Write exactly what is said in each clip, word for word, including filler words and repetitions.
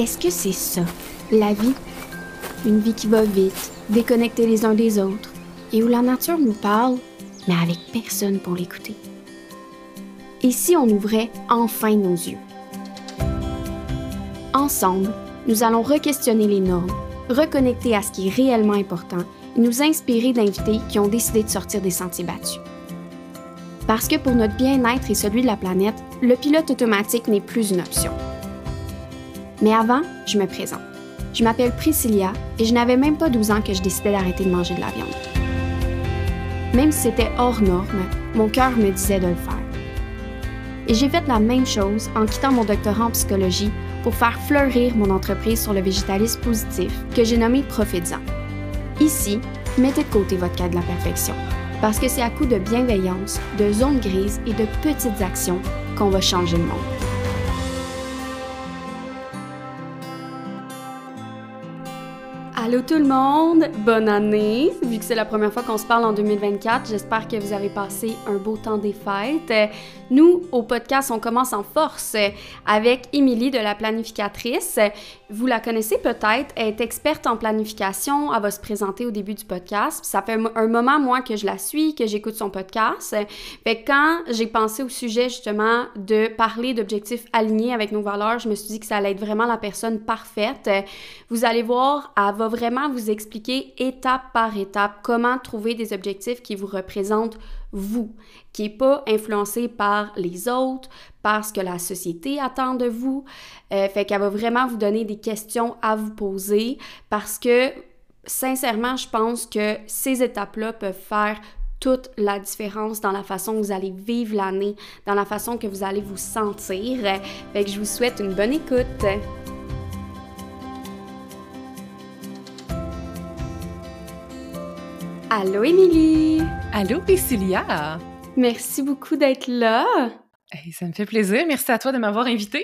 Est-ce que c'est ça, la vie? Une vie qui va vite, déconnectée les uns des autres, et où la nature nous parle, mais avec personne pour l'écouter. Et si on ouvrait enfin nos yeux? Ensemble, nous allons re-questionner les normes, reconnecter à ce qui est réellement important et nous inspirer d'invités qui ont décidé de sortir des sentiers battus. Parce que pour notre bien-être et celui de la planète, le pilote automatique n'est plus une option. Mais avant, je me présente. Je m'appelle Priscilla et je n'avais même pas douze ans que je décidais d'arrêter de manger de la viande. Même si c'était hors norme, mon cœur me disait de le faire. Et j'ai fait la même chose en quittant mon doctorat en psychologie pour faire fleurir mon entreprise sur le végétalisme positif que j'ai nommé Profit-en. Ici, mettez de côté votre quête de la perfection, parce que c'est à coup de bienveillance, de zones grises et de petites actions qu'on va changer le monde. Allô tout le monde, bonne année! Vu que c'est la première fois qu'on se parle en deux mille vingt-quatre, j'espère que vous avez passé un beau temps des fêtes. Nous, au podcast, on commence en force avec Émilie de La Planificatrice. Vous la connaissez peut-être, elle est experte en planification, elle va se présenter au début du podcast. Ça fait un moment, moi, que je la suis, que j'écoute son podcast. Fait que quand j'ai pensé au sujet, justement, de parler d'objectifs alignés avec nos valeurs, je me suis dit que ça allait être vraiment la personne parfaite. Vous allez voir, elle va vraiment vous expliquer étape par étape comment trouver des objectifs qui vous représentent vous, qui n'est pas influencé par les autres, par ce que la société attend de vous. Euh, fait qu'elle va vraiment vous donner des questions à vous poser parce que, sincèrement, je pense que ces étapes-là peuvent faire toute la différence dans la façon que vous allez vivre l'année, dans la façon que vous allez vous sentir. Fait que je vous souhaite une bonne écoute. Allô, Émilie! Allô, Priscilla! Merci beaucoup d'être là! Hey, ça me fait plaisir. Merci à toi de m'avoir invitée.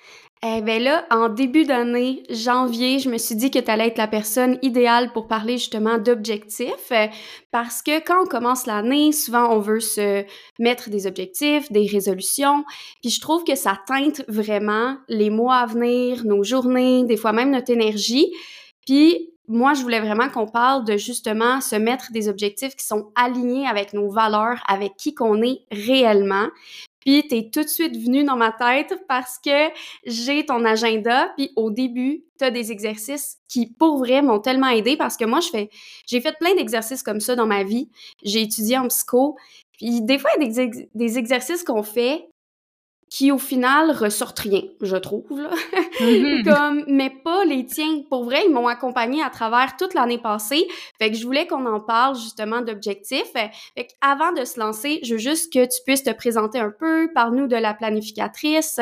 Eh bien là, en début d'année, janvier, je me suis dit que tu allais être la personne idéale pour parler justement d'objectifs parce que quand on commence l'année, souvent on veut se mettre des objectifs, des résolutions, puis je trouve que ça teinte vraiment les mois à venir, nos journées, des fois même notre énergie. Puis moi, je voulais vraiment qu'on parle de justement se mettre des objectifs qui sont alignés avec nos valeurs, avec qui qu'on est réellement. Puis t'es tout de suite venu dans ma tête parce que j'ai ton agenda. Puis au début, t'as des exercices qui, pour vrai, m'ont tellement aidé parce que moi, je fais, j'ai fait plein d'exercices comme ça dans ma vie. J'ai étudié en psycho. Puis des fois, il y a des, ex- des exercices qu'on fait qui, au final, ressortent rien, je trouve, là. Mm-hmm. Comme, mais pas les tiens. Pour vrai, ils m'ont accompagnée à travers toute l'année passée. Fait que je voulais qu'on en parle, justement, d'objectifs. Fait qu'avant de se lancer, je veux juste que tu puisses te présenter un peu. Parle-nous de La Planificatrice.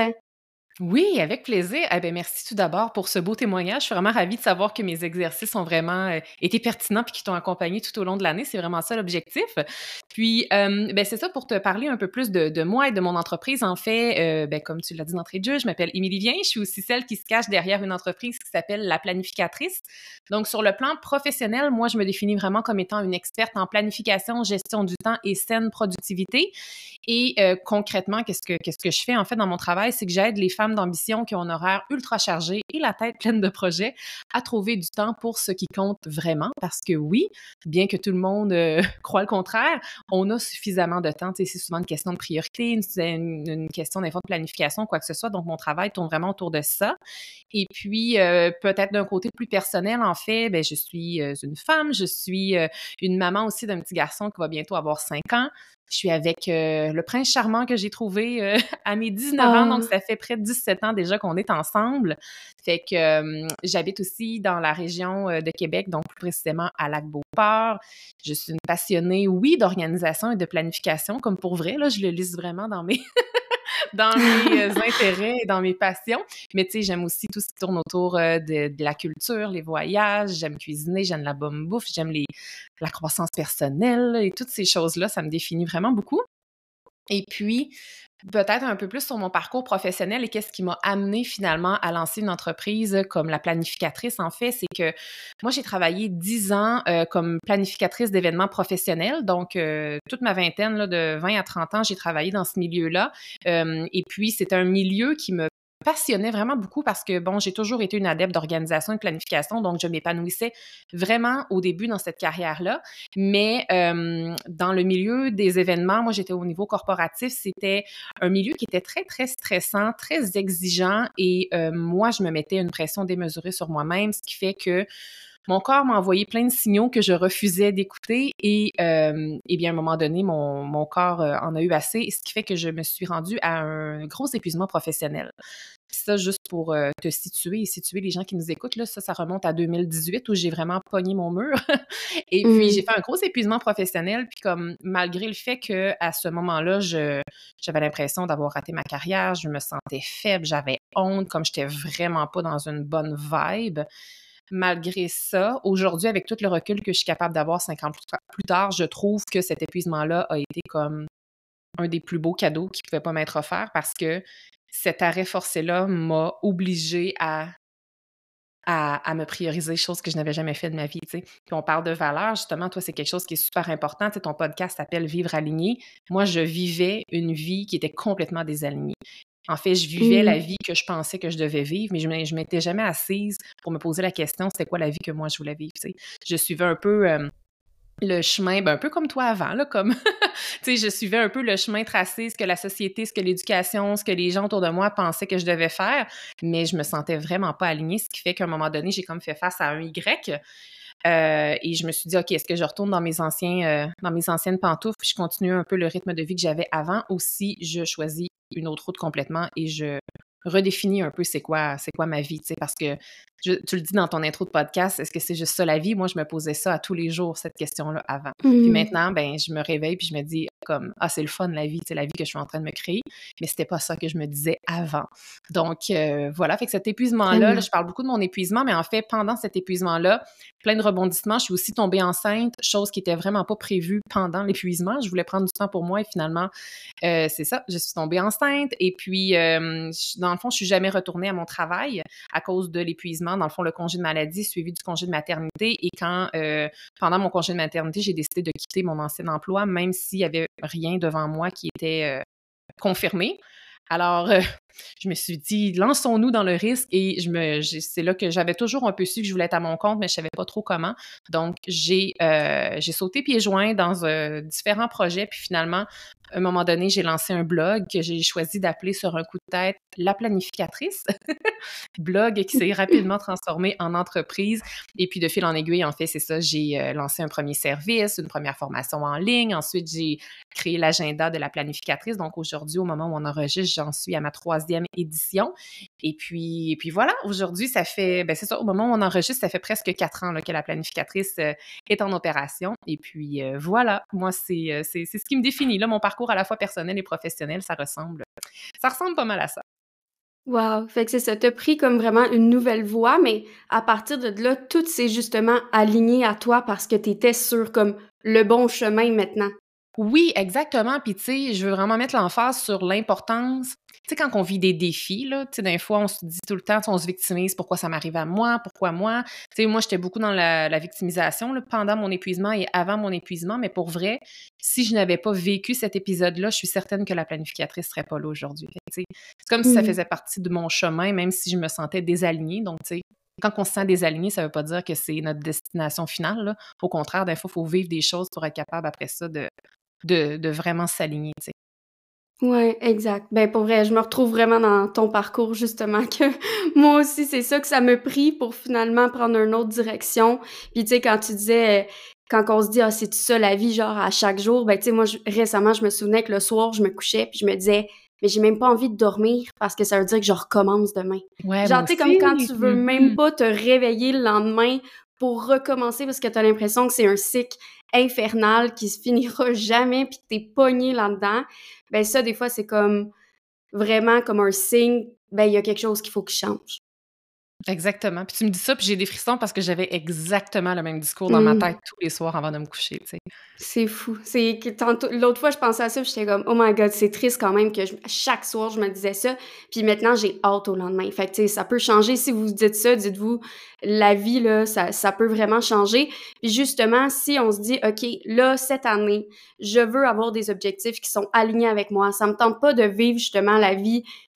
Oui, avec plaisir. Eh bien, merci tout d'abord pour ce beau témoignage. Je suis vraiment ravie de savoir que mes exercices ont vraiment euh, été pertinents puis qui t'ont accompagné tout au long de l'année. C'est vraiment ça l'objectif. Puis, euh, ben, c'est ça pour te parler un peu plus de, de moi et de mon entreprise. En fait, euh, ben, comme tu l'as dit d'entrée de jeu, je m'appelle Émilie Vien. Je suis aussi celle qui se cache derrière une entreprise qui s'appelle La Planificatrice. Donc, sur le plan professionnel, moi, je me définis vraiment comme étant une experte en planification, gestion du temps et saine productivité. Et euh, concrètement, qu'est-ce que, qu'est-ce que je fais en fait dans mon travail? C'est que j'aide les femmes d'ambition qui ont un horaire ultra chargé et la tête pleine de projets à trouver du temps pour ce qui compte vraiment. Parce que oui, bien que tout le monde euh, croit le contraire, on a suffisamment de temps. Tu sais, c'est souvent une question de priorité, une, une, une question d'info de planification, quoi que ce soit. Donc, mon travail tourne vraiment autour de ça. Et puis, euh, peut-être d'un côté plus personnel, en fait, ben, je suis euh, une femme, je suis euh, une maman aussi d'un petit garçon qui va bientôt avoir cinq ans. Je suis avec euh, le prince charmant que j'ai trouvé euh, à mes dix-neuf ans, donc ça fait près de dix-sept ans déjà qu'on est ensemble. Fait que euh, j'habite aussi dans la région euh, de Québec, donc plus précisément à Lac-Beauport. Je suis une passionnée, oui, d'organisation et de planification, comme pour vrai, là, je le lise vraiment dans mes... dans mes euh, intérêts et dans mes passions. Mais tu sais, j'aime aussi tout ce qui tourne autour euh, de, de la culture, les voyages, j'aime cuisiner, j'aime la bonne bouffe, j'aime les, la croissance personnelle et toutes ces choses-là, ça me définit vraiment beaucoup. Et puis, peut-être un peu plus sur mon parcours professionnel et qu'est-ce qui m'a amené finalement à lancer une entreprise comme La Planificatrice, en fait, c'est que moi, j'ai travaillé dix ans euh, comme planificatrice d'événements professionnels. Donc, euh, toute ma vingtaine, là, de vingt à trente ans, j'ai travaillé dans ce milieu-là. Euh, et puis, c'est un milieu qui me passionnait vraiment beaucoup parce que, bon, j'ai toujours été une adepte d'organisation et de planification, donc je m'épanouissais vraiment au début dans cette carrière-là. Mais euh, dans le milieu des événements, moi, j'étais au niveau corporatif, c'était un milieu qui était très, très stressant, très exigeant et euh, moi, je me mettais une pression démesurée sur moi-même, ce qui fait que mon corps m'a envoyé plein de signaux que je refusais d'écouter et, euh, et bien, à un moment donné, mon, mon corps euh, en a eu assez, ce qui fait que je me suis rendue à un gros épuisement professionnel. Puis ça, juste pour euh, te situer et situer les gens qui nous écoutent, là, ça, ça remonte à deux mille dix-huit où j'ai vraiment pogné mon mur. Et puis, j'ai Mm. fait un gros épuisement professionnel. Puis comme, malgré le fait qu'à ce moment-là, je, j'avais l'impression d'avoir raté ma carrière, je me sentais faible, j'avais honte, comme j'étais vraiment pas dans une bonne vibe. Malgré ça, aujourd'hui, avec tout le recul que je suis capable d'avoir cinq ans plus ta- plus tard, je trouve que cet épuisement-là a été comme un des plus beaux cadeaux qui pouvait pas m'être offert parce que cet arrêt forcé-là m'a obligée à, à, à me prioriser, chose que je n'avais jamais fait de ma vie, tu sais. Puis on parle de valeur, justement, toi, c'est quelque chose qui est super important. Tu sais, ton podcast s'appelle Vivre aligné. Moi, je vivais une vie qui était complètement désalignée. En fait, je vivais la Mm. vie que je pensais que je devais vivre, mais je ne m'étais jamais assise pour me poser la question, c'était quoi la vie que moi je voulais vivre, tu sais. Je suivais un peu euh, le chemin, ben, un peu comme toi avant, là, comme, tu sais, je suivais un peu le chemin tracé, ce que la société, ce que l'éducation, ce que les gens autour de moi pensaient que je devais faire, mais je me sentais vraiment pas alignée, ce qui fait qu'à un moment donné, j'ai comme fait face à un Y. Euh, et je me suis dit, OK, est-ce que je retourne dans mes anciens, euh, dans mes anciennes pantoufles, puis je continue un peu le rythme de vie que j'avais avant, ou si je choisis une autre route complètement et je redéfinis un peu c'est quoi, c'est quoi ma vie, tu sais, parce que je- tu le dis dans ton intro de podcast, est-ce que c'est juste ça la vie? Moi, je me posais ça à tous les jours, cette question-là, avant. Puis Mm. maintenant, ben, je me réveille puis je me dis comme, ah, c'est le fun, la vie, c'est la vie que je suis en train de me créer, mais c'était pas ça que je me disais avant. Donc, euh, voilà, fait que cet épuisement-là, là, Tellement. je parle beaucoup de mon épuisement, mais en fait, pendant cet épuisement-là, plein de rebondissements, je suis aussi tombée enceinte, chose qui était vraiment pas prévue pendant l'épuisement. Je voulais prendre du temps pour moi et finalement, euh, c'est ça, je suis tombée enceinte et puis, euh, je- dans le fond, je suis jamais retournée à mon travail à cause de l'épuisement. Dans le fond, le congé de maladie suivi du congé de maternité et quand, euh, pendant mon congé de maternité, j'ai décidé de quitter mon ancien emploi, même s'il y avait rien devant moi qui était euh, confirmé. Alors, euh, je me suis dit, lançons-nous dans le risque et je me, j'ai- c'est là que j'avais toujours un peu su que je voulais être à mon compte, mais je savais pas trop comment. Donc, j'ai, euh, j'ai sauté pieds joints dans euh, différents projets, puis finalement, à un moment donné, j'ai lancé un blog que j'ai choisi d'appeler sur un coup de tête La Planificatrice, blog qui s'est rapidement transformé en entreprise. Et puis, de fil en aiguille, en fait, c'est ça, j'ai euh, lancé un premier service, une première formation en ligne. Ensuite, j'ai créé l'agenda de la planificatrice. Donc, aujourd'hui, au moment où on enregistre, j'en suis à ma troisième édition. Et puis, et puis voilà, aujourd'hui, ça fait, ben c'est ça, au moment où on enregistre, ça fait presque quatre ans là, que la planificatrice euh, est en opération. Et puis, euh, voilà, moi, c'est, euh, c'est, c'est ce qui me définit. Là, mon parcours à la fois personnel et professionnel, ça ressemble, ça ressemble pas mal à ça. Wow! Fait que c'est ça, t'as pris comme vraiment une nouvelle voie, mais à partir de là, tout s'est justement aligné à toi parce que t'étais sur comme le bon chemin maintenant. Oui, exactement. Puis, tu sais, je veux vraiment mettre l'emphase sur l'importance. Tu sais, quand on vit des défis, là, tu sais, des fois, on se dit tout le temps, tu sais, on se victimise, pourquoi ça m'arrive à moi, pourquoi moi. Tu sais, moi, j'étais beaucoup dans la, la victimisation, là, pendant mon épuisement et avant mon épuisement, mais pour vrai, si je n'avais pas vécu cet épisode-là, je suis certaine que la planificatrice serait pas là aujourd'hui. Fait que, tu sais, c'est comme si ça Mmh. faisait partie de mon chemin, même si je me sentais désalignée. Donc, tu sais, quand on se sent désaligné, ça veut pas dire que c'est notre destination finale, là. Au contraire, des fois, il faut vivre des choses pour être capable après ça de de, de vraiment s'aligner, tu sais. Ouais, exact. Ben, pour vrai, je me retrouve vraiment dans ton parcours, justement, que moi aussi, c'est ça que ça me pris pour finalement prendre une autre direction. Puis, tu sais, quand tu disais, euh, quand on se dit, ah, c'est ça la vie, genre, à chaque jour, ben, tu sais, moi, je- récemment, je me souvenais que le soir, je me couchais, puis je me disais, mais j'ai même pas envie de dormir parce que ça veut dire que je recommence demain. Ouais, moi Genre, tu sais, comme quand aussi. tu veux même Mhm. pas te réveiller le lendemain pour recommencer parce que t'as l'impression que c'est un cycle infernal qui se finira jamais puis que t'es pogné là-dedans. Ben ça, des fois, c'est comme vraiment comme un signe, ben il y a quelque chose qu'il faut qu'il change. Exactement. Puis tu me dis ça, puis j'ai des frissons parce que j'avais exactement le même discours dans ma Mmh. tête tous les soirs avant de me coucher, tu sais. C'est fou. C'est que tantôt l'autre fois, je pensais à ça, puis j'étais comme: «Oh my god, c'est triste quand même que je chaque soir, je me disais ça». Puis maintenant, j'ai hâte au lendemain. Fait que, tu sais, ça peut changer. Si vous vous dites ça, dites-vous: «La vie, là, ça ça peut vraiment changer». Puis justement, si on se dit: «OK, là, cette année, je veux avoir des objectifs qui sont alignés avec moi. Ça me tente pas de vivre justement la vie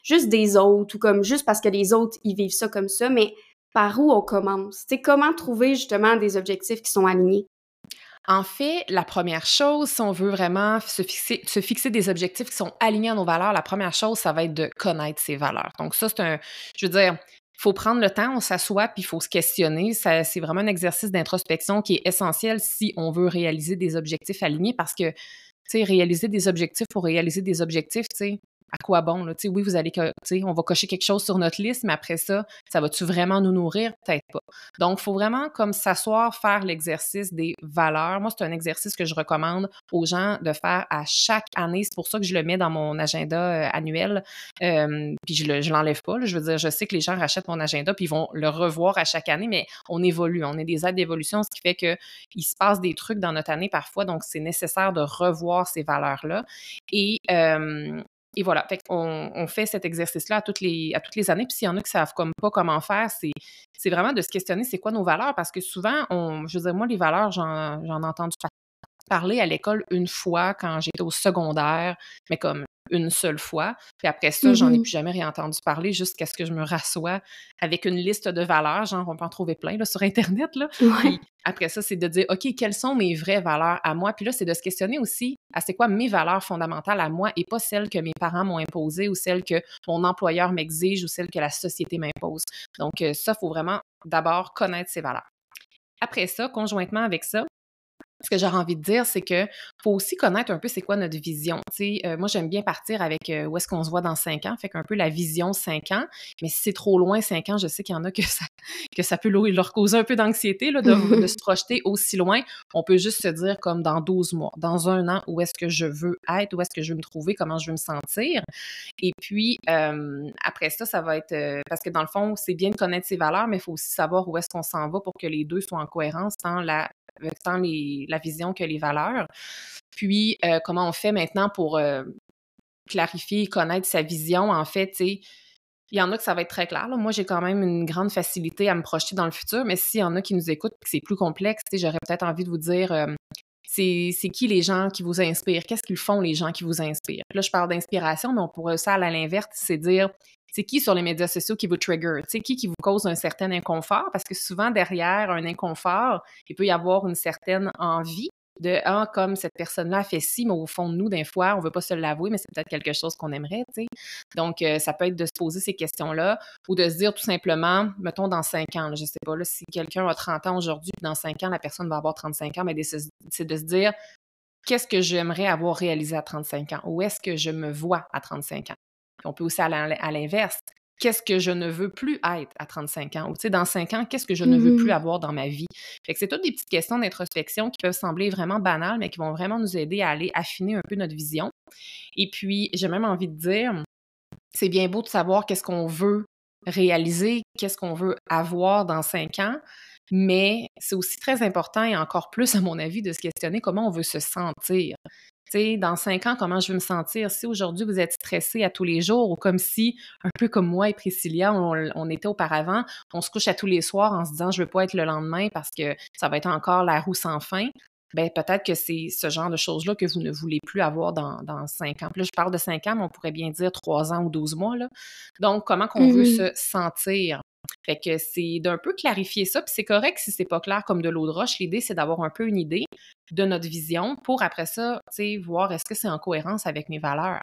juste des autres ou comme juste parce que les autres, ils vivent ça comme ça, mais par où on commence? Tu sais, comment trouver justement des objectifs qui sont alignés? En fait, la première chose, si on veut vraiment se fixer, se fixer des objectifs qui sont alignés à nos valeurs, la première chose, ça va être de connaître ses valeurs. Donc ça, c'est un, je veux dire, il faut prendre le temps, on s'assoit, puis il faut se questionner. Ça, c'est vraiment un exercice d'introspection qui est essentiel si on veut réaliser des objectifs alignés parce que, tu sais, réaliser des objectifs pour réaliser des objectifs, tu sais, à quoi bon, là? Tu sais, oui, vous allez, co- tu sais, on va cocher quelque chose sur notre liste, mais après ça, ça va-tu vraiment nous nourrir? Peut-être pas. Donc, il faut vraiment comme s'asseoir, faire l'exercice des valeurs. Moi, c'est un exercice que je recommande aux gens de faire à chaque année. C'est pour ça que je le mets dans mon agenda euh, annuel. Euh, puis je le, je l'enlève pas, là. Je veux dire, je sais que les gens rachètent mon agenda puis ils vont le revoir à chaque année, mais on évolue. On est des aides d'évolution, ce qui fait que il se passe des trucs dans notre année parfois. Donc, c'est nécessaire de revoir ces valeurs-là. Et euh, et voilà, fait qu'on on fait cet exercice-là à toutes les, à toutes les années. Puis s'il y en a qui savent comme pas comment faire, c'est, c'est vraiment de se questionner c'est quoi nos valeurs. Parce que souvent, on, je veux dire, moi, les valeurs, j'en, j'en ai entendu par- parler à l'école une fois quand j'étais au secondaire, mais comme une seule fois. Puis après ça, j'en ai Mhm. plus jamais réentendu parler jusqu'à ce que je me rassoie avec une liste de valeurs. Genre, on peut en trouver plein là, sur Internet. Là. Puis Ouais. après ça, c'est de dire, OK, quelles sont mes vraies valeurs à moi? Puis là, c'est de se questionner aussi à c'est quoi mes valeurs fondamentales à moi et pas celles que mes parents m'ont imposées ou celles que mon employeur m'exige ou celles que la société m'impose. Donc, euh, ça, il faut vraiment d'abord connaître ses valeurs. Après ça, conjointement avec ça, ce que j'aurais envie de dire, c'est que faut aussi connaître un peu c'est quoi notre vision. Tu sais, euh, moi, j'aime bien partir avec euh, où est-ce qu'on se voit dans cinq ans, fait qu'un peu la vision cinq ans. Mais si c'est trop loin, cinq ans, je sais qu'il y en a que ça, que ça peut leur leur causer un peu d'anxiété là, de, de se projeter aussi loin. On peut juste se dire comme dans douze mois, dans un an, où est-ce que je veux être, où est-ce que je veux me trouver, comment je veux me sentir. Et puis, euh, après ça, ça va être... euh, parce que dans le fond, c'est bien de connaître ses valeurs, mais il faut aussi savoir où est-ce qu'on s'en va pour que les deux soient en cohérence, tant la, avec tant les, la vision que les valeurs. Puis, euh, comment on fait maintenant pour euh, clarifier, connaître sa vision? En fait, tu sais, il y en a que ça va être très clair. Là. Moi, j'ai quand même une grande facilité à me projeter dans le futur, mais s'il y en a qui nous écoutent et que c'est plus complexe, tu sais, j'aurais peut-être envie de vous dire... euh, c'est, c'est qui les gens qui vous inspirent? Qu'est-ce qu'ils font, les gens qui vous inspirent? Là, je parle d'inspiration, mais on pourrait aussi aller à l'inverse, c'est dire, c'est qui sur les médias sociaux qui vous trigger? C'est qui qui vous cause un certain inconfort? Parce que souvent, derrière un inconfort, il peut y avoir une certaine envie de « Ah, comme cette personne-là a fait ci », mais au fond de nous, des fois, on veut pas se l'avouer, mais c'est peut-être quelque chose qu'on aimerait, tu sais. Donc, euh, ça peut être de se poser ces questions-là ou de se dire tout simplement, mettons dans cinq ans, là, je sais pas, là, si quelqu'un a trente ans aujourd'hui, puis dans cinq ans, la personne va avoir trente-cinq ans, mais c'est de se dire qu'est-ce que j'aimerais avoir réalisé à trente-cinq ans? Où est-ce que je me vois à trente-cinq ans? Puis on peut aussi aller à l'inverse. Qu'est-ce que je ne veux plus être à trente-cinq ans? Ou tu sais, dans cinq ans, qu'est-ce que je ne veux plus Mhm. avoir dans ma vie? Fait que c'est toutes des petites questions d'introspection qui peuvent sembler vraiment banales, mais qui vont vraiment nous aider à aller affiner un peu notre vision. Et puis, j'ai même envie de dire, c'est bien beau de savoir qu'est-ce qu'on veut réaliser, qu'est-ce qu'on veut avoir dans cinq ans, mais c'est aussi très important et encore plus, à mon avis, de se questionner comment on veut se sentir. Tu sais, dans cinq ans, comment je veux me sentir? Si aujourd'hui vous êtes stressé à tous les jours ou comme si, un peu comme moi et Priscilla, on, on était auparavant, on se couche à tous les soirs en se disant je veux pas être le lendemain parce que ça va être encore la roue sans fin. Ben peut-être que c'est ce genre de choses-là que vous ne voulez plus avoir dans, dans cinq ans. Puis là, je parle de cinq ans, mais on pourrait bien dire trois ans ou douze mois, là. Donc, comment qu'on veut Mhm. se sentir? Fait que c'est d'un peu clarifier ça, puis c'est correct si c'est pas clair comme de l'eau de roche. L'idée, c'est d'avoir un peu une idée de notre vision pour après ça, tu sais, voir est-ce que c'est en cohérence avec mes valeurs.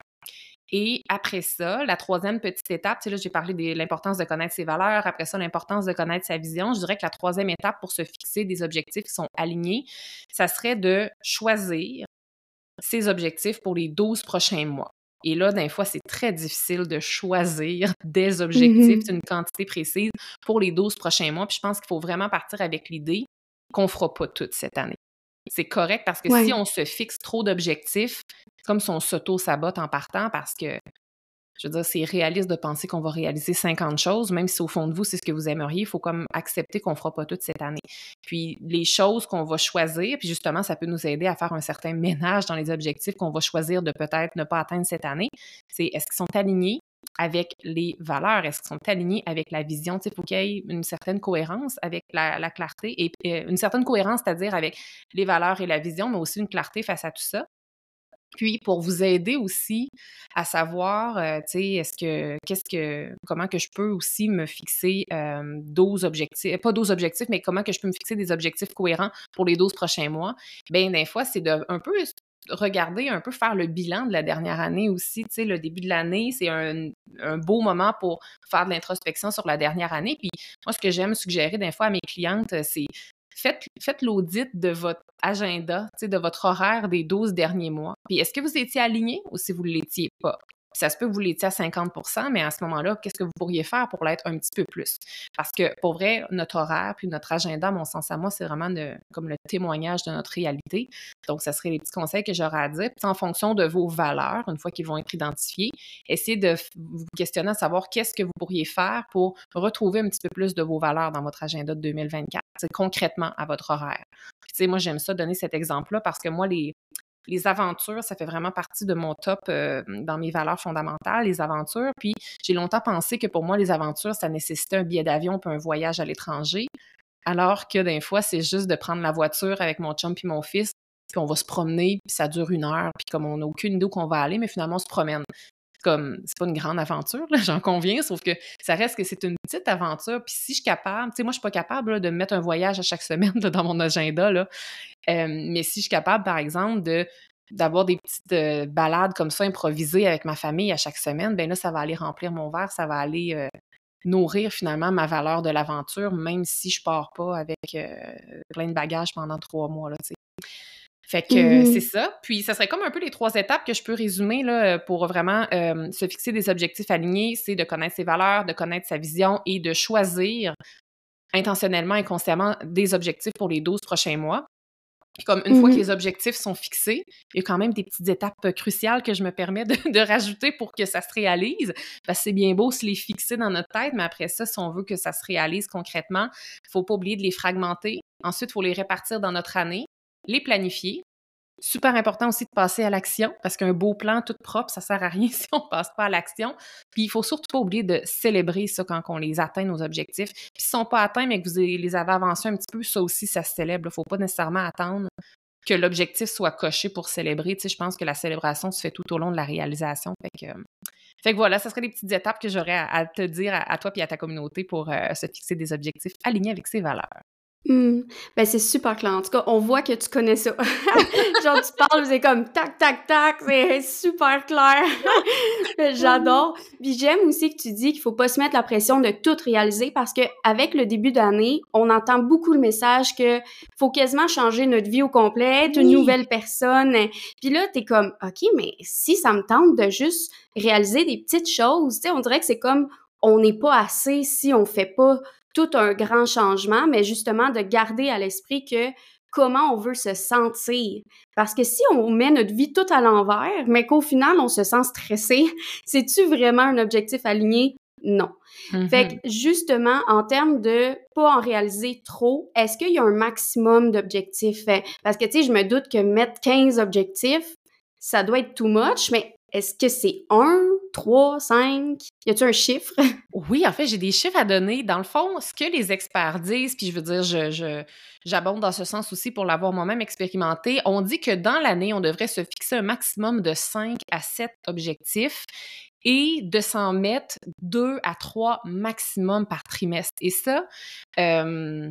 Et après ça, la troisième petite étape, tu sais, là, j'ai parlé de l'importance de connaître ses valeurs. Après ça, l'importance de connaître sa vision. Je dirais que la troisième étape pour se fixer des objectifs qui sont alignés, ça serait de choisir ses objectifs pour les douze prochains mois. Et là, des fois, c'est très difficile de choisir des objectifs, Mhm. une quantité précise pour les douze prochains mois. Puis je pense qu'il faut vraiment partir avec l'idée qu'on ne fera pas tout cette année. C'est correct parce que si Ouais. on se fixe trop d'objectifs, c'est comme si on s'auto-sabote en partant parce que, je veux dire, c'est réaliste de penser qu'on va réaliser cinquante choses, même si au fond de vous, c'est ce que vous aimeriez, il faut comme accepter qu'on ne fera pas tout cette année. Puis les choses qu'on va choisir, puis justement, ça peut nous aider à faire un certain ménage dans les objectifs qu'on va choisir de peut-être ne pas atteindre cette année, c'est est-ce qu'ils sont alignés avec les valeurs? Est-ce qu'ils sont alignés avec la vision? Tu sais, il faut qu'il y ait une certaine cohérence avec la, la clarté et euh, une certaine cohérence, c'est-à-dire avec les valeurs et la vision, mais aussi une clarté face à tout ça. Puis, pour vous aider aussi à savoir, euh, tu sais, est-ce que, qu'est-ce que, comment que je peux aussi me fixer euh, douze objectifs, pas douze objectifs, mais comment que je peux me fixer des objectifs cohérents pour les douze prochains mois, bien, des fois, c'est de un peu regarder, un peu faire le bilan de la dernière année aussi. Tu sais, le début de l'année, c'est un, un beau moment pour faire de l'introspection sur la dernière année. Puis, moi, ce que j'aime suggérer des fois à mes clientes, c'est Faites, faites l'audit de votre agenda, de votre horaire des douze derniers mois. Puis est-ce que vous étiez aligné ou si vous ne l'étiez pas? Puis ça se peut que vous l'étiez à cinquante pour cent, mais à ce moment-là, qu'est-ce que vous pourriez faire pour l'être un petit peu plus? Parce que pour vrai, notre horaire puis notre agenda, à mon sens à moi, c'est vraiment de, comme le témoignage de notre réalité. Donc, ça serait les petits conseils que j'aurais à dire. Puis en fonction de vos valeurs, une fois qu'ils vont être identifiés, essayez de vous questionner à savoir qu'est-ce que vous pourriez faire pour retrouver un petit peu plus de vos valeurs dans votre agenda de deux mille vingt-quatre, concrètement à votre horaire. Puis, tu sais, moi, j'aime ça donner cet exemple-là parce que moi, les Les aventures, ça fait vraiment partie de mon top euh, dans mes valeurs fondamentales, les aventures. Puis j'ai longtemps pensé que pour moi, les aventures, ça nécessitait un billet d'avion puis un voyage à l'étranger. Alors que des fois, c'est juste de prendre la voiture avec mon chum puis mon fils, puis on va se promener, puis ça dure une heure, puis comme on n'a aucune idée où qu'on va aller, mais finalement, on se promène. Comme, c'est pas une grande aventure, là, j'en conviens, sauf que ça reste que c'est une petite aventure. Puis si je suis capable, tu sais, moi, je suis pas capable là, de me mettre un voyage à chaque semaine là, dans mon agenda, là. Euh, mais si je suis capable, par exemple, de d'avoir des petites euh, balades comme ça improvisées avec ma famille à chaque semaine, bien là, ça va aller remplir mon verre, ça va aller euh, nourrir finalement ma valeur de l'aventure, même si je pars pas avec euh, plein de bagages pendant trois mois, là, tu sais. Fait que euh, Mhm. c'est ça. Puis, ça serait comme un peu les trois étapes que je peux résumer là, pour vraiment euh, se fixer des objectifs alignés. C'est de connaître ses valeurs, de connaître sa vision et de choisir intentionnellement et consciemment des objectifs pour les douze prochains mois. Puis comme une fois que Mhm. les objectifs sont fixés, il y a quand même des petites étapes cruciales que je me permets de, de rajouter pour que ça se réalise. Parce que c'est bien beau se les fixer dans notre tête, mais après ça, si on veut que ça se réalise concrètement, il ne faut pas oublier de les fragmenter. Ensuite, il faut les répartir dans notre année, les planifier. Super important aussi de passer à l'action, parce qu'un beau plan tout propre, ça sert à rien si on passe pas à l'action. Puis il faut surtout pas oublier de célébrer ça quand on les atteint, nos objectifs. Puis s'ils sont pas atteints, mais que vous les avez avancés un petit peu, ça aussi, ça se célèbre. Il faut pas nécessairement attendre que l'objectif soit coché pour célébrer. Tu sais, je pense que la célébration se fait tout au long de la réalisation. Fait que, euh, fait que voilà, ça serait des petites étapes que j'aurais à, à te dire à, à toi et à ta communauté pour euh, se fixer des objectifs alignés avec ses valeurs. Hmm. Ben, c'est super clair. En tout cas, on voit que tu connais ça. Genre, tu parles, c'est comme tac, tac, tac, c'est super clair. J'adore. Puis j'aime aussi que tu dis qu'il faut pas se mettre la pression de tout réaliser parce que avec le début d'année, on entend beaucoup le message que faut quasiment changer notre vie au complet, être une Oui. nouvelle personne. Puis là, t'es comme, OK, mais si ça me tente de juste réaliser des petites choses, tu sais, on dirait que c'est comme, on n'est pas assez si on fait pas tout un grand changement, mais justement de garder à l'esprit que comment on veut se sentir. Parce que si on met notre vie tout à l'envers, mais qu'au final, on se sent stressé, c'est-tu vraiment un objectif aligné? Non. Mm-hmm. Fait que justement, en termes de pas en réaliser trop, est-ce qu'il y a un maximum d'objectifs? Parce que, tu sais, je me doute que mettre quinze objectifs, ça doit être too much, mais est-ce que c'est un, trois, cinq? Y a-tu un chiffre? Oui, en fait, j'ai des chiffres à donner. Dans le fond, ce que les experts disent, puis je veux dire, je, je, j'abonde dans ce sens aussi pour l'avoir moi-même expérimenté, on dit que dans l'année, on devrait se fixer un maximum de cinq à sept objectifs et de s'en mettre deux à trois maximum par trimestre. Et ça, euh,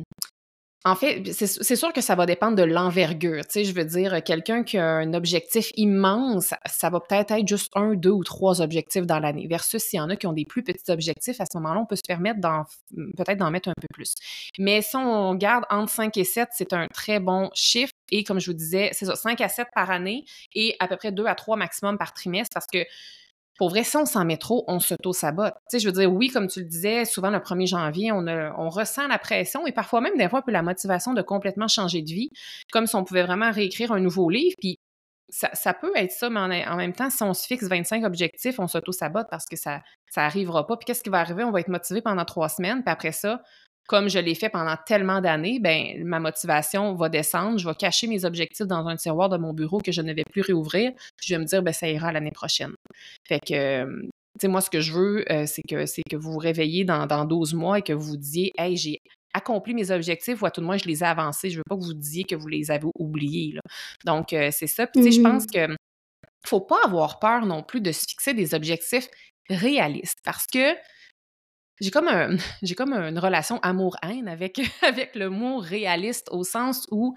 en fait, c'est, c'est sûr que ça va dépendre de l'envergure. Tu sais, je veux dire, quelqu'un qui a un objectif immense, ça va peut-être être juste un, deux ou trois objectifs dans l'année. Versus s'il y en a qui ont des plus petits objectifs, à ce moment-là, on peut se permettre d'en, peut-être d'en mettre un peu plus. Mais si on garde entre cinq et sept, c'est un très bon chiffre. Et comme je vous disais, c'est ça, cinq à sept par année et à peu près deux à trois maximum par trimestre parce que pour vrai, si on s'en met trop, on s'auto-sabote. Tu sais, je veux dire, oui, comme tu le disais, souvent le premier janvier, on, a, on ressent la pression et parfois même des fois un peu la motivation de complètement changer de vie, comme si on pouvait vraiment réécrire un nouveau livre. Puis ça, ça peut être ça, mais en, en même temps, si on se fixe vingt-cinq objectifs, on s'auto-sabote parce que ça ça arrivera pas. Puis qu'est-ce qui va arriver? On va être motivé pendant trois semaines, puis après ça, comme je l'ai fait pendant tellement d'années, ben ma motivation va descendre. Je vais cacher mes objectifs dans un tiroir de mon bureau que je ne vais plus réouvrir. Puis je vais me dire, ben ça ira l'année prochaine. Fait que, tu sais, moi, ce que je veux, euh, c'est que c'est que vous vous réveillez dans, dans douze mois et que vous vous disiez, hey, j'ai accompli mes objectifs ou à tout le moins, je les ai avancés. Je veux pas que vous disiez que vous les avez oubliés, là. Donc, euh, c'est ça. Puis, tu sais, je pense que faut pas avoir peur non plus de se fixer des objectifs réalistes parce que j'ai comme un, j'ai comme une relation amour-haine avec, avec le mot réaliste au sens où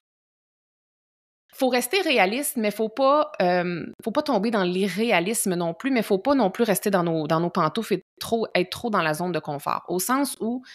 faut rester réaliste, mais faut pas, euh, faut pas tomber dans l'irréalisme non plus, mais faut pas non plus rester dans nos, dans nos pantoufles et trop, être trop dans la zone de confort. Au sens où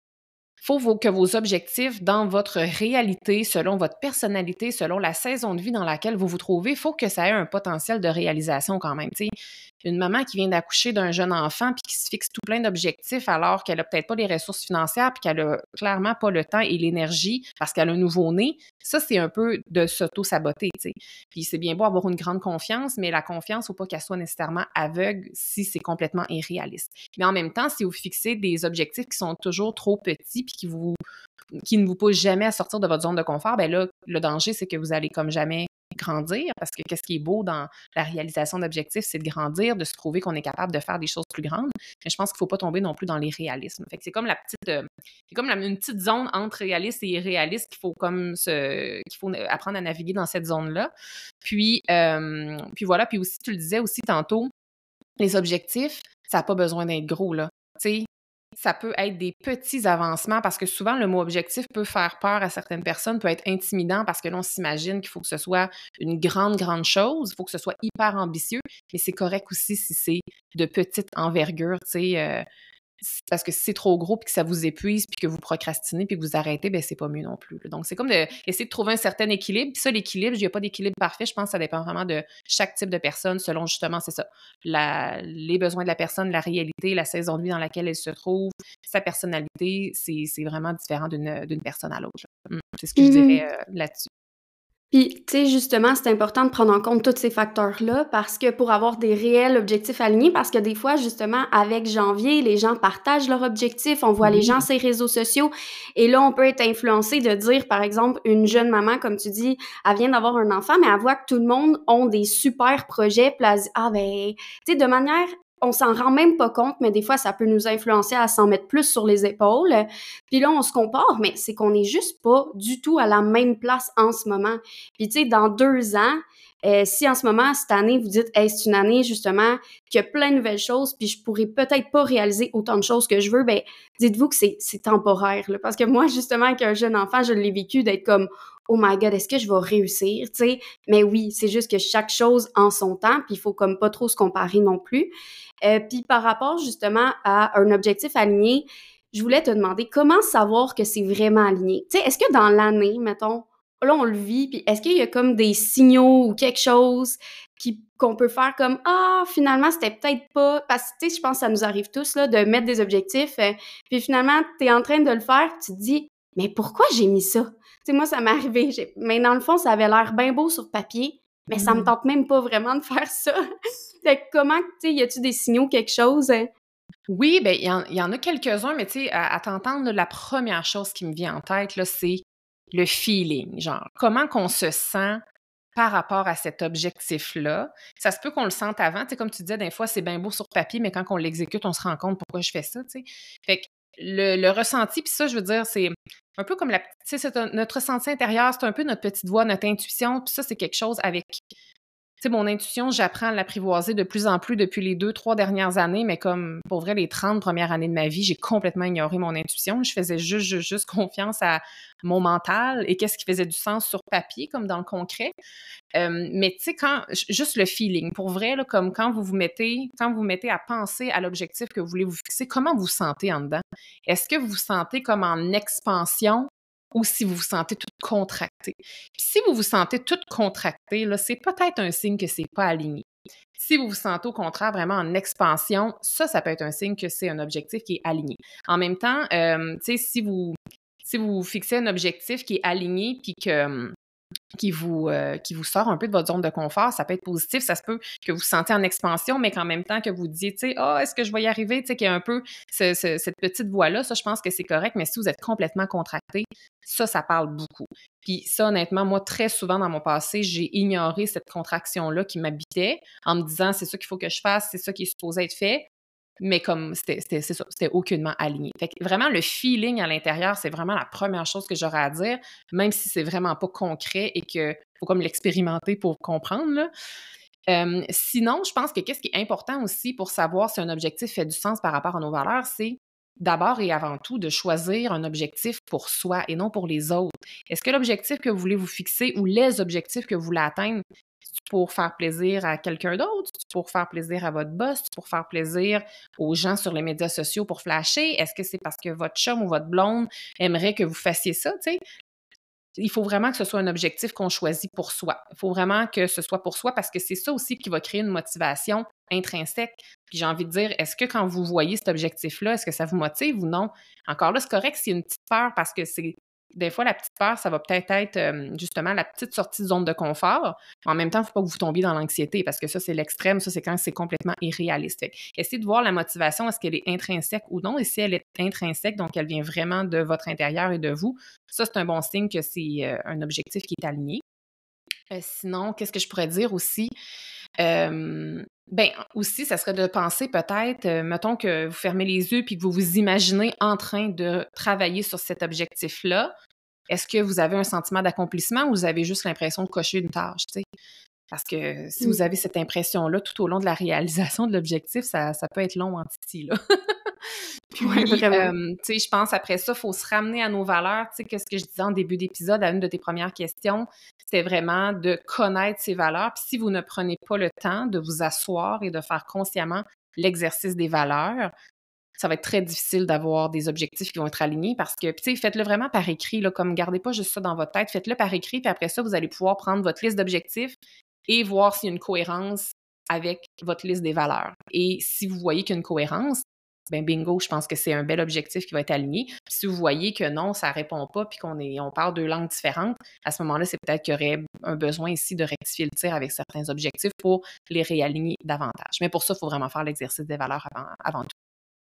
faut vos, que vos objectifs dans votre réalité, selon votre personnalité, selon la saison de vie dans laquelle vous vous trouvez, il faut que ça ait un potentiel de réalisation quand même. T'sais. Une maman qui vient d'accoucher d'un jeune enfant puis qui se fixe tout plein d'objectifs alors qu'elle n'a peut-être pas les ressources financières puis qu'elle a clairement pas le temps et l'énergie parce qu'elle a un nouveau-né, ça, c'est un peu de s'auto-saboter. T'sais. Puis c'est bien beau avoir une grande confiance, mais la confiance, il ne faut pas qu'elle soit nécessairement aveugle si c'est complètement irréaliste. Mais en même temps, si vous fixez des objectifs qui sont toujours trop petits puis qui vous qui ne vous poussent jamais à sortir de votre zone de confort, bien là, le danger, c'est que vous allez comme jamais grandir, parce que qu'est-ce qui est beau dans la réalisation d'objectifs, c'est de grandir, de se prouver qu'on est capable de faire des choses plus grandes. Mais je pense qu'il ne faut pas tomber non plus dans l'irréalisme. Fait que c'est comme la petite, euh, c'est comme la, une petite zone entre réaliste et irréaliste qu'il faut comme se, qu'il faut apprendre à naviguer dans cette zone-là. Puis, euh, puis voilà. Puis aussi, tu le disais aussi tantôt, les objectifs, ça n'a pas besoin d'être gros, là. Tu sais, ça peut être des petits avancements parce que souvent, le mot objectif peut faire peur à certaines personnes, peut être intimidant parce que là, on s'imagine qu'il faut que ce soit une grande, grande chose, il faut que ce soit hyper ambitieux, mais c'est correct aussi si c'est de petite envergure, tu sais, euh, parce que si c'est trop gros puis que ça vous épuise puis que vous procrastinez puis que vous arrêtez, bien, c'est pas mieux non plus. Là. Donc, c'est comme d'essayer de, de trouver un certain équilibre. Puis ça, l'équilibre, il n'y a pas d'équilibre parfait. Je pense que ça dépend vraiment de chaque type de personne selon, justement, c'est ça, la, les besoins de la personne, la réalité, la saison de vie dans laquelle elle se trouve, sa personnalité, c'est, c'est vraiment différent d'une, d'une personne à l'autre. Là. C'est ce que je dirais euh, là-dessus. Puis, tu sais, justement, c'est important de prendre en compte tous ces facteurs-là parce que pour avoir des réels objectifs alignés, parce que des fois, justement, avec janvier, les gens partagent leurs objectifs, on voit oui. les gens sur les réseaux sociaux et là, on peut être influencé de dire, par exemple, une jeune maman, comme tu dis, elle vient d'avoir un enfant, mais elle voit que tout le monde a des super projets, puis elle dit, ah ben, tu sais, de manière... on s'en rend même pas compte, mais des fois, ça peut nous influencer à s'en mettre plus sur les épaules. Puis là, on se compare, mais c'est qu'on n'est juste pas du tout à la même place en ce moment. Puis tu sais, dans deux ans, euh, si en ce moment, cette année, vous dites, hey, c'est une année justement qu'il y a plein de nouvelles choses, puis je pourrais peut-être pas réaliser autant de choses que je veux, ben dites-vous que c'est, c'est temporaire. Là, parce que moi, justement, avec un jeune enfant, je l'ai vécu d'être comme, oh my God, est-ce que je vais réussir, tu sais? Mais oui, c'est juste que chaque chose en son temps, puis il faut comme pas trop se comparer non plus. Euh, puis par rapport justement à un objectif aligné, je voulais te demander comment savoir que c'est vraiment aligné. Tu sais, est-ce que dans l'année, mettons, là on le vit, puis est-ce qu'il y a comme des signaux ou quelque chose qui, qu'on peut faire comme ah finalement c'était peut-être pas, parce que tu sais je pense que ça nous arrive tous là de mettre des objectifs, euh, puis finalement t'es en train de le faire, tu te dis mais pourquoi j'ai mis ça? Tu sais moi ça m'est arrivé, j'ai... mais dans le fond ça avait l'air bien beau sur papier. Mais ça me tente même pas vraiment de faire ça. Fait que comment, tu sais, y a-tu des signaux, quelque chose? Oui, bien, il y, en, y en a quelques-uns, mais tu sais, à, à t'entendre, là, la première chose qui me vient en tête, là, c'est le feeling. Genre, comment qu'on se sent par rapport à cet objectif-là. Ça se peut qu'on le sente avant. Tu sais, comme tu disais, des fois, c'est bien beau sur papier, mais quand on l'exécute, on se rend compte pourquoi je fais ça, tu sais. Fait que le, le ressenti, puis ça, je veux dire, c'est un peu comme la, tu sais, c'est un, notre ressenti intérieur, c'est un peu notre petite voix, notre intuition, puis ça, c'est quelque chose avec, tu sais, mon intuition, j'apprends à l'apprivoiser de plus en plus depuis les deux, trois dernières années, mais comme, pour vrai, les trente premières années de ma vie, j'ai complètement ignoré mon intuition. Je faisais juste, juste, juste confiance à mon mental et qu'est-ce qui faisait du sens sur papier, comme dans le concret. Euh, mais tu sais, quand, juste le feeling, pour vrai, là, comme quand vous vous mettez, quand vous vous mettez à penser à l'objectif que vous voulez vous fixer, comment vous vous sentez en dedans? Est-ce que vous vous sentez comme en expansion ou si vous vous sentez toute contractée? Puis si vous vous sentez toute contractée, là, c'est peut-être un signe que c'est pas aligné. Si vous vous sentez au contraire vraiment en expansion, ça, ça peut être un signe que c'est un objectif qui est aligné. En même temps, euh, tu sais, si vous, si vous fixez un objectif qui est aligné puis que qui vous, euh, qui vous sort un peu de votre zone de confort, ça peut être positif, ça se peut que vous vous sentez en expansion, mais qu'en même temps que vous disiez, tu sais, ah, oh, est-ce que je vais y arriver, tu sais, qu'il y a un peu ce, ce, cette petite voix-là, ça, je pense que c'est correct, mais si vous êtes complètement contracté, ça, ça parle beaucoup. Puis ça, honnêtement, moi, très souvent dans mon passé, j'ai ignoré cette contraction-là qui m'habitait en me disant, c'est ça qu'il faut que je fasse, c'est ça qui est supposé être fait. Mais comme c'était, c'était, c'est ça, c'était aucunement aligné. Fait que vraiment, le feeling à l'intérieur, c'est vraiment la première chose que j'aurais à dire, même si c'est vraiment pas concret et qu'il faut comme l'expérimenter pour comprendre, là. Euh, sinon, je pense que qu'est-ce qui est important aussi pour savoir si un objectif fait du sens par rapport à nos valeurs, c'est d'abord et avant tout de choisir un objectif pour soi et non pour les autres. Est-ce que l'objectif que vous voulez vous fixer ou les objectifs que vous voulez atteindre, c'est pour faire plaisir à quelqu'un d'autre, c'est pour faire plaisir à votre boss, c'est pour faire plaisir aux gens sur les médias sociaux pour flasher? Est-ce que c'est parce que votre chum ou votre blonde aimerait que vous fassiez ça, tu sais? Il faut vraiment que ce soit un objectif qu'on choisit pour soi. Il faut vraiment que ce soit pour soi parce que c'est ça aussi qui va créer une motivation intrinsèque. Puis j'ai envie de dire, est-ce que quand vous voyez cet objectif-là, est-ce que ça vous motive ou non? Encore là, c'est correct s'il y a une petite peur parce que c'est des fois, la petite peur, ça va peut-être être euh, justement la petite sortie de zone de confort. En même temps, il ne faut pas que vous tombiez dans l'anxiété parce que ça, c'est l'extrême. Ça, c'est quand c'est complètement irréaliste. Fait, essayez de voir la motivation, est-ce qu'elle est intrinsèque ou non? Et si elle est intrinsèque, donc elle vient vraiment de votre intérieur et de vous, ça, c'est un bon signe que c'est euh, un objectif qui est aligné. Euh, sinon, qu'est-ce que je pourrais dire aussi? Euh, ben aussi, ça serait de penser peut-être, euh, mettons que vous fermez les yeux puis que vous vous imaginez en train de travailler sur cet objectif-là. Est-ce que vous avez un sentiment d'accomplissement ou vous avez juste l'impression de cocher une tâche, tu sais? Parce que si vous avez cette impression-là tout au long de la réalisation de l'objectif, ça, ça peut être long en titi, là. Puis, Ouais, vraiment. euh, tu sais, je pense après ça, il faut se ramener à nos valeurs. Tu sais, que ce que je disais en début d'épisode, à une de tes premières questions, c'était vraiment de connaître ses valeurs. Puis si vous ne prenez pas le temps de vous asseoir et de faire consciemment l'exercice des valeurs, ça va être très difficile d'avoir des objectifs qui vont être alignés parce que, tu sais, faites-le vraiment par écrit, là, comme gardez pas juste ça dans votre tête, faites-le par écrit, puis après ça, vous allez pouvoir prendre votre liste d'objectifs et voir s'il y a une cohérence avec votre liste des valeurs. Et si vous voyez qu'il y a une cohérence, ben bingo, je pense que c'est un bel objectif qui va être aligné. Puis si vous voyez que non, ça répond pas, puis qu'on est, on parle deux langues différentes, à ce moment-là, c'est peut-être qu'il y aurait un besoin ici de rectifier le tir avec certains objectifs pour les réaligner davantage. Mais pour ça, il faut vraiment faire l'exercice des valeurs avant, avant tout.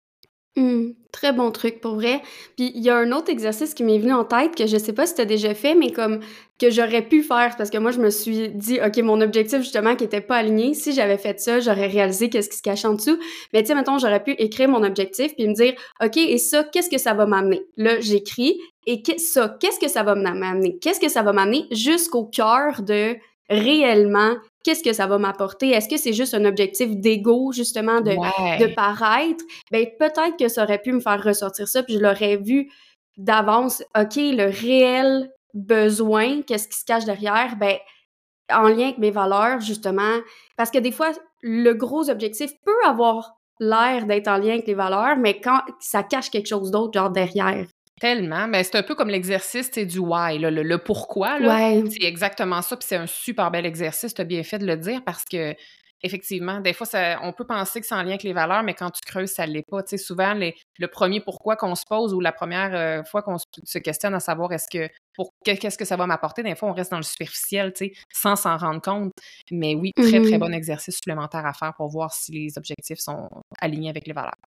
Mmh, très bon truc pour vrai. Puis il y a un autre exercice qui m'est venu en tête que je sais pas si tu as déjà fait, mais comme que j'aurais pu faire parce que moi je me suis dit OK, mon objectif justement qui était pas aligné, si j'avais fait ça, j'aurais réalisé qu'est-ce qui se cachait en dessous. Mais tu sais mettons, j'aurais pu écrire mon objectif puis me dire OK, et ça qu'est-ce que ça va m'amener? Là, j'écris et que, ça qu'est-ce que ça va m'amener? Qu'est-ce que ça va m'amener jusqu'au cœur de réellement qu'est-ce que ça va m'apporter? Est-ce que c'est juste un objectif d'ego, justement, de, Ouais. de paraître? Ben peut-être que ça aurait pu me faire ressortir ça, puis je l'aurais vu d'avance. OK, le réel besoin, qu'est-ce qui se cache derrière? Ben en lien avec mes valeurs, justement. Parce que des fois, le gros objectif peut avoir l'air d'être en lien avec les valeurs, mais quand ça cache quelque chose d'autre, genre derrière. Tellement, mais c'est un peu comme l'exercice, tu sais, du why, là, le, le pourquoi, là. Ouais. C'est exactement ça, puis c'est un super bel exercice, tu as bien fait de le dire, parce que, effectivement, des fois, ça, on peut penser que c'est en lien avec les valeurs, mais quand tu creuses, ça ne l'est pas. Tu sais, souvent, les, le premier pourquoi qu'on se pose ou la première euh, fois qu'on se, se questionne à savoir est-ce que, pour, qu'est-ce que ça va m'apporter, des fois, on reste dans le superficiel, tu sais, sans s'en rendre compte. Mais oui, très, très Mhm. bon exercice supplémentaire à faire pour voir si les objectifs sont alignés avec les valeurs.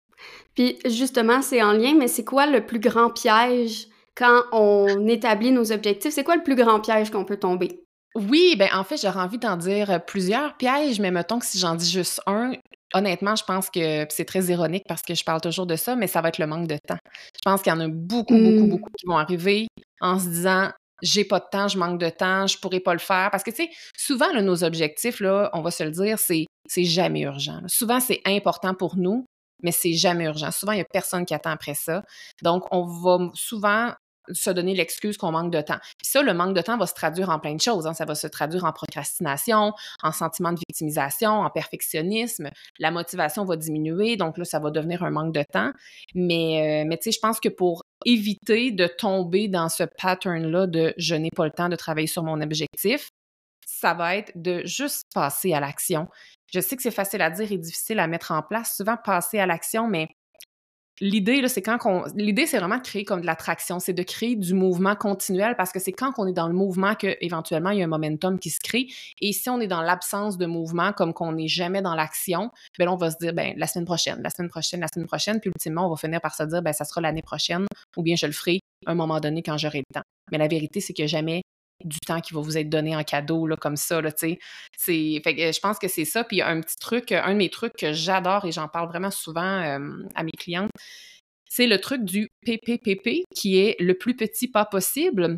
Puis justement, c'est en lien, mais c'est quoi le plus grand piège quand on établit nos objectifs? C'est quoi le plus grand piège qu'on peut tomber? Oui, ben en fait, j'aurais envie d'en dire euh, plusieurs pièges, mais mettons que si j'en dis juste un, honnêtement, je pense que puis c'est très ironique parce que je parle toujours de ça, mais ça va être le manque de temps. Je pense qu'il y en a beaucoup, beaucoup, Mmh. beaucoup qui vont arriver en se disant j'ai pas de temps, je manque de temps, je pourrais pas le faire. Parce que, tu sais, souvent, là, nos objectifs, là, on va se le dire, c'est, c'est jamais urgent. là. Souvent, c'est important pour nous, mais c'est jamais urgent. Souvent, il y a personne qui attend après ça. Donc, on va souvent se donner l'excuse qu'on manque de temps. Puis ça, le manque de temps va se traduire en plein de choses. hein. Ça va se traduire en procrastination, en sentiment de victimisation, en perfectionnisme. La motivation va diminuer, donc là, ça va devenir un manque de temps. Mais, euh, mais tu sais, je pense que pour éviter de tomber dans ce pattern-là de « je n'ai pas le temps de travailler sur mon objectif », ça va être de juste passer à l'action. Je sais que c'est facile à dire et difficile à mettre en place, souvent passer à l'action, mais l'idée, là, c'est quand qu'on. L'idée, c'est vraiment de créer comme de l'attraction, c'est de créer du mouvement continuel parce que c'est quand on est dans le mouvement qu'éventuellement, il y a un momentum qui se crée. Et si on est dans l'absence de mouvement, comme qu'on n'est jamais dans l'action, ben là, on va se dire, ben la semaine prochaine, la semaine prochaine, la semaine prochaine, puis ultimement, on va finir par se dire, ben ça sera l'année prochaine ou bien je le ferai à un moment donné quand j'aurai le temps. Mais la vérité, c'est qu'il n'y a jamais du temps qui va vous être donné en cadeau, là, comme ça, là, tu sais. C'est, fait que je pense que c'est ça. Puis un petit truc, un de mes trucs que j'adore et j'en parle vraiment souvent euh, à mes clientes, c'est le truc du P P P P qui est le plus petit pas possible.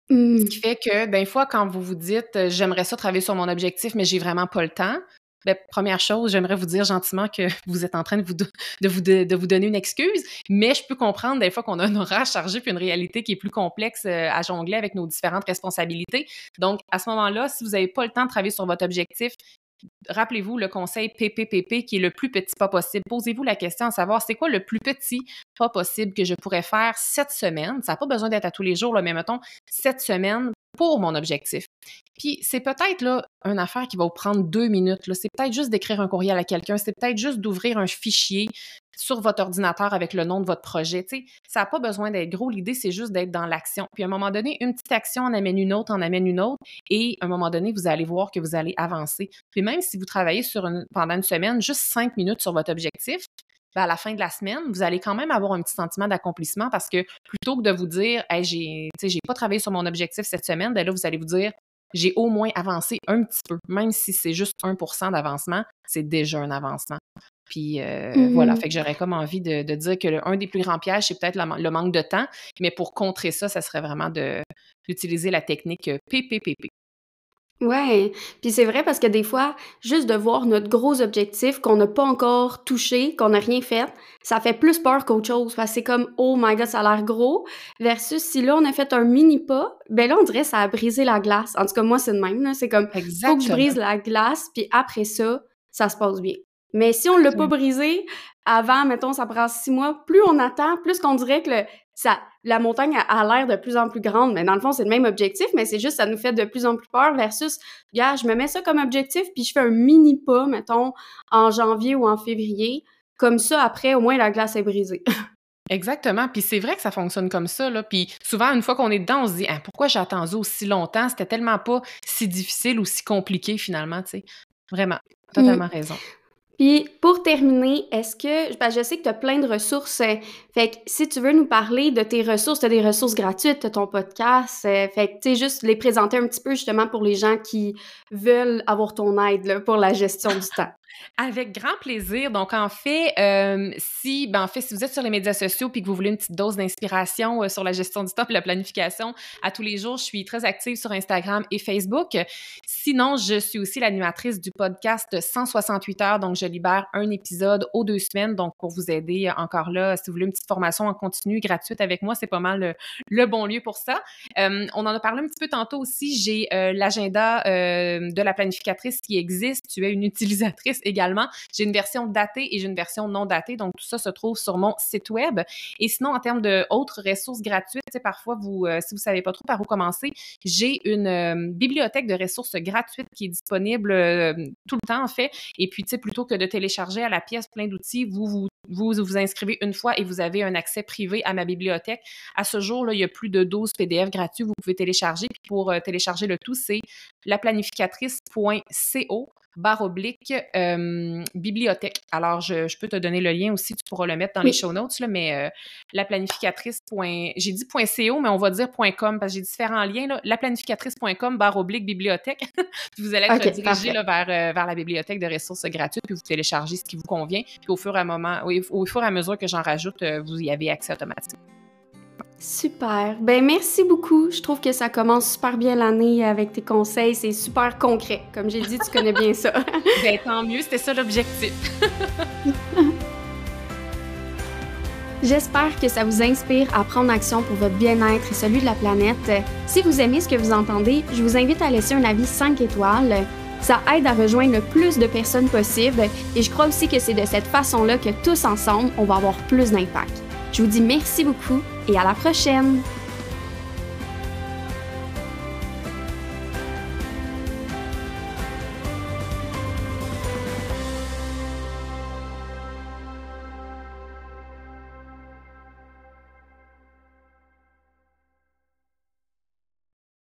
Mmh. Ce qui fait que, des fois, quand vous vous dites euh, j'aimerais ça travailler sur mon objectif, mais j'ai vraiment pas le temps. Ben, première chose, j'aimerais vous dire gentiment que vous êtes en train de vous, do- de vous, de, de vous donner une excuse, mais je peux comprendre des fois qu'on a un horaire chargé puis une réalité qui est plus complexe euh, à jongler avec nos différentes responsabilités. Donc, à ce moment-là, si vous n'avez pas le temps de travailler sur votre objectif, rappelez-vous le conseil P P P P qui est le plus petit pas possible. Posez-vous la question à savoir c'est quoi le plus petit pas possible que je pourrais faire cette semaine. Ça n'a pas besoin d'être à tous les jours, là, mais mettons cette semaine pour mon objectif. Puis c'est peut-être là une affaire qui va vous prendre deux minutes. Là. C'est peut-être juste d'écrire un courriel à quelqu'un. C'est peut-être juste d'ouvrir un fichier sur votre ordinateur avec le nom de votre projet. Tu sais, ça n'a pas besoin d'être gros. L'idée, c'est juste d'être dans l'action. Puis à un moment donné, une petite action en amène une autre, en amène une autre. Et à un moment donné, vous allez voir que vous allez avancer. Puis même si vous travaillez sur une, pendant une semaine, juste cinq minutes sur votre objectif, ben à la fin de la semaine, vous allez quand même avoir un petit sentiment d'accomplissement parce que plutôt que de vous dire hey, j'ai, tu sais, j'ai pas travaillé sur mon objectif cette semaine, ben là, vous allez vous dire j'ai au moins avancé un petit peu. Même si c'est juste un pour cent d'avancement, c'est déjà un avancement. Puis euh, Mhm. voilà, fait que j'aurais comme envie de, de dire que le, un des plus grands pièges, c'est peut-être la, le manque de temps, mais pour contrer ça, ça serait vraiment de, d'utiliser la technique P P P P. Ouais, puis c'est vrai parce que des fois, juste de voir notre gros objectif qu'on n'a pas encore touché, qu'on n'a rien fait, ça fait plus peur qu'autre chose. Parce que c'est comme « Oh my God, ça a l'air gros », versus si là, on a fait un mini pas, ben là, on dirait que ça a brisé la glace. En tout cas, moi, c'est de même, là. C'est comme « Faut que je brise la glace, puis après ça, ça se passe bien ». Mais si on l'a pas brisé avant, mettons, ça prend six mois, plus on attend, plus qu'on dirait que le, ça, la montagne a, a l'air de plus en plus grande. Mais dans le fond, c'est le même objectif, mais c'est juste ça nous fait de plus en plus peur versus, gars, je me mets ça comme objectif, puis je fais un mini pas, mettons, en janvier ou en février. Comme ça, après, au moins, la glace est brisée. Exactement. Puis c'est vrai que ça fonctionne comme ça, là. Puis souvent, une fois qu'on est dedans, on se dit hein, « Pourquoi j'ai attendu aussi longtemps? C'était tellement pas si difficile ou si compliqué, finalement, tu sais. » Vraiment, totalement mmh. raison. Puis, pour terminer, est-ce que... Ben, je sais que tu as plein de ressources. Euh, fait que si tu veux nous parler de tes ressources, tu as des ressources gratuites, tu as ton podcast. Euh, fait que, tu sais, juste les présenter un petit peu, justement, pour les gens qui veulent avoir ton aide là, pour la gestion du temps. Avec grand plaisir. Donc, en fait, euh, si, ben, en fait, si vous êtes sur les médias sociaux puis que vous voulez une petite dose d'inspiration euh, sur la gestion du temps et la planification, à tous les jours, je suis très active sur Instagram et Facebook. Sinon, je suis aussi l'animatrice du podcast cent soixante-huit heures. Donc, je libère un épisode aux deux semaines. Donc, pour vous aider encore là, si vous voulez une petite formation en continu gratuite avec moi, c'est pas mal le, le bon lieu pour ça. Euh, on en a parlé un petit peu tantôt aussi. J'ai euh, l'agenda euh, de la planificatrice qui existe. Tu es une utilisatrice également. J'ai une version datée et j'ai une version non datée. Donc, tout ça se trouve sur mon site web. Et sinon, en termes d'autres ressources gratuites, tu sais, parfois, vous, euh, si vous ne savez pas trop par où commencer, j'ai une euh, bibliothèque de ressources gratuites qui est disponible euh, tout le temps, en fait. Et puis, tu sais, plutôt que de télécharger à la pièce plein d'outils, vous vous, vous vous inscrivez une fois et vous avez un accès privé à ma bibliothèque. À ce jour, là, il y a plus de douze P D F gratuits que vous pouvez télécharger. Puis pour euh, télécharger le tout, c'est laplanificatrice point co barre oblique euh, bibliothèque. Alors, je, je peux te donner le lien aussi, tu pourras le mettre dans oui. les show notes, là, mais euh, laplanificatrice. J'ai dit .co, mais on va dire .com parce que j'ai différents liens. Là. laplanificatrice point com barre oblique bibliothèque. Puis vous allez être okay, redirigé là, vers, euh, vers la bibliothèque de ressources gratuites, puis vous téléchargez ce qui vous convient. Puis au fur et à, moment, oui, au fur et à mesure que j'en rajoute, euh, vous y avez accès automatiquement. Super. Ben merci beaucoup. Je trouve que ça commence super bien l'année avec tes conseils. C'est super concret. Comme j'ai dit, tu connais bien ça. Ben tant mieux, c'était ça l'objectif. J'espère que ça vous inspire à prendre action pour votre bien-être et celui de la planète. Si vous aimez ce que vous entendez, je vous invite à laisser un avis cinq étoiles. Ça aide à rejoindre le plus de personnes possible et je crois aussi que c'est de cette façon-là que tous ensemble, on va avoir plus d'impact. Je vous dis merci beaucoup et à la prochaine!